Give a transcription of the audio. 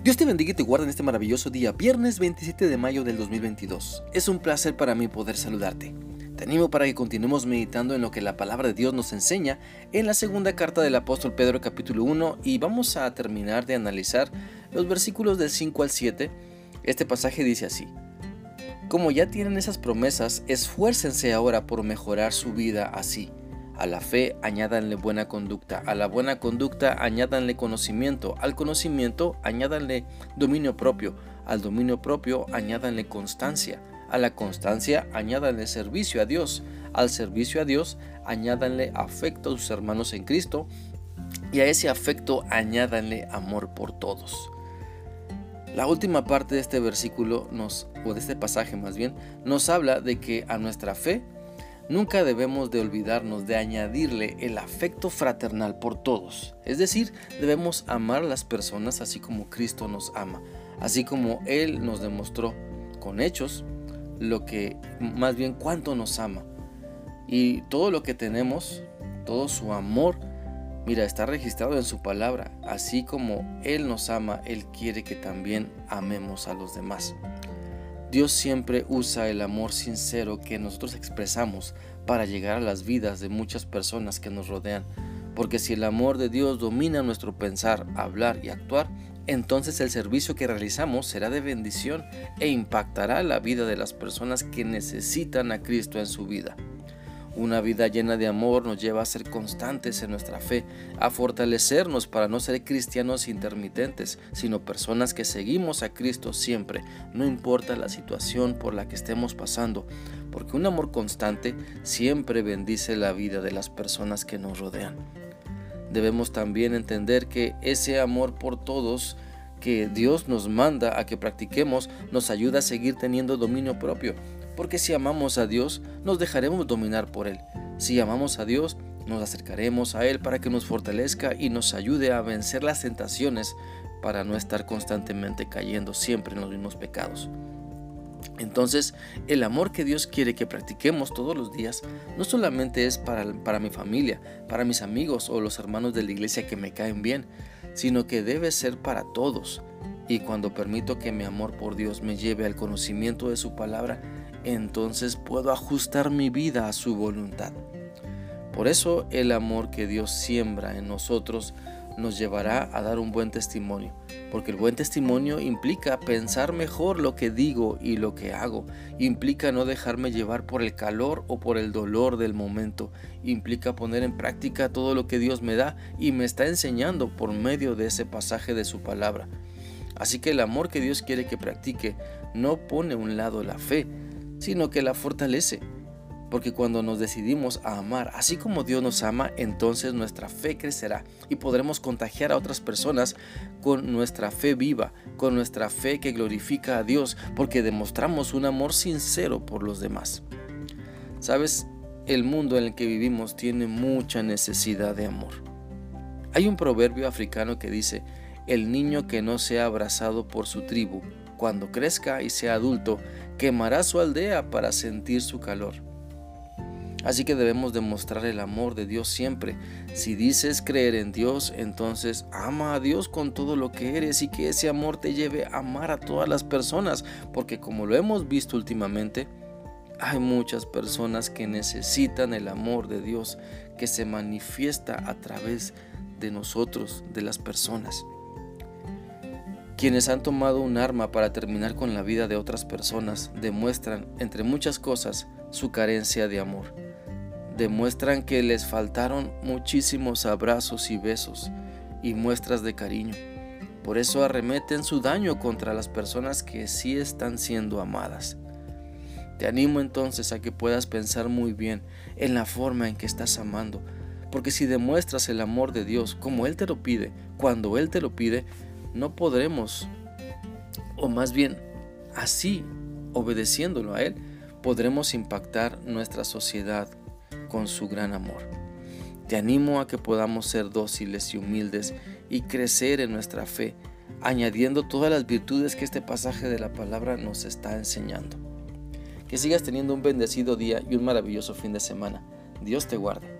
Dios te bendiga y te guarde en este maravilloso día, viernes 27 de mayo del 2022. Es un placer para mí poder saludarte. Te animo para que continuemos meditando en lo que la palabra de Dios nos enseña en la segunda carta del apóstol Pedro capítulo 1 y vamos a terminar de analizar los versículos del 5 al 7. Este pasaje dice así: Como ya tienen esas promesas, esfuércense ahora por mejorar su vida así. A la fe añádanle buena conducta, a la buena conducta añádanle conocimiento, al conocimiento añádanle dominio propio, al dominio propio añádanle constancia, a la constancia añádanle servicio a Dios, al servicio a Dios añádanle afecto a sus hermanos en Cristo y a ese afecto añádanle amor por todos. La última parte de este versículo de este pasaje más bien, nos habla de que a nuestra fe nunca debemos de olvidarnos de añadirle el afecto fraternal por todos. Es decir, debemos amar a las personas así como Cristo nos ama, así como Él nos demostró con hechos más bien cuánto nos ama. Y todo lo que tenemos, todo su amor, está registrado en su palabra. Así como Él nos ama, Él quiere que también amemos a los demás. Dios siempre usa el amor sincero que nosotros expresamos para llegar a las vidas de muchas personas que nos rodean. Porque si el amor de Dios domina nuestro pensar, hablar y actuar, entonces el servicio que realizamos será de bendición e impactará la vida de las personas que necesitan a Cristo en su vida. Una vida llena de amor nos lleva a ser constantes en nuestra fe, a fortalecernos para no ser cristianos intermitentes, sino personas que seguimos a Cristo siempre, no importa la situación por la que estemos pasando, porque un amor constante siempre bendice la vida de las personas que nos rodean. Debemos también entender que ese amor por todos que Dios nos manda a que practiquemos nos ayuda a seguir teniendo dominio propio. Porque si amamos a Dios, nos dejaremos dominar por Él. Si amamos a Dios, nos acercaremos a Él para que nos fortalezca y nos ayude a vencer las tentaciones para no estar constantemente cayendo siempre en los mismos pecados. Entonces, el amor que Dios quiere que practiquemos todos los días no solamente es para mi familia, para mis amigos o los hermanos de la iglesia que me caen bien, sino que debe ser para todos. Y cuando permito que mi amor por Dios me lleve al conocimiento de su palabra, entonces puedo ajustar mi vida a su voluntad. Por eso el amor que Dios siembra en nosotros nos llevará a dar un buen testimonio, porque el buen testimonio implica pensar mejor lo que digo y lo que hago, implica no dejarme llevar por el calor o por el dolor del momento, implica poner en práctica todo lo que Dios me da y me está enseñando por medio de ese pasaje de su palabra. Así que el amor que Dios quiere que practique no pone a un lado la fe, sino que la fortalece. Porque cuando nos decidimos a amar así como Dios nos ama, entonces nuestra fe crecerá y podremos contagiar a otras personas con nuestra fe viva, con nuestra fe que glorifica a Dios, porque demostramos un amor sincero por los demás. ¿Sabes? El mundo en el que vivimos tiene mucha necesidad de amor. Hay un proverbio africano que dice: el niño que no sea abrazado por su tribu, cuando crezca y sea adulto, quemará su aldea para sentir su calor. Así que debemos demostrar el amor de Dios siempre. Si dices creer en Dios, entonces ama a Dios con todo lo que eres y que ese amor te lleve a amar a todas las personas, porque como lo hemos visto últimamente, hay muchas personas que necesitan el amor de Dios que se manifiesta a través de nosotros, de las personas. Quienes han tomado un arma para terminar con la vida de otras personas demuestran, entre muchas cosas, su carencia de amor. Demuestran que les faltaron muchísimos abrazos y besos y muestras de cariño. Por eso arremeten su daño contra las personas que sí están siendo amadas. Te animo entonces a que puedas pensar muy bien en la forma en que estás amando, porque si demuestras el amor de Dios como Él te lo pide, cuando Él te lo pide, no podremos, o más bien así, obedeciéndolo a Él, podremos impactar nuestra sociedad con su gran amor. Te animo a que podamos ser dóciles y humildes y crecer en nuestra fe, añadiendo todas las virtudes que este pasaje de la palabra nos está enseñando. Que sigas teniendo un bendecido día y un maravilloso fin de semana. Dios te guarde.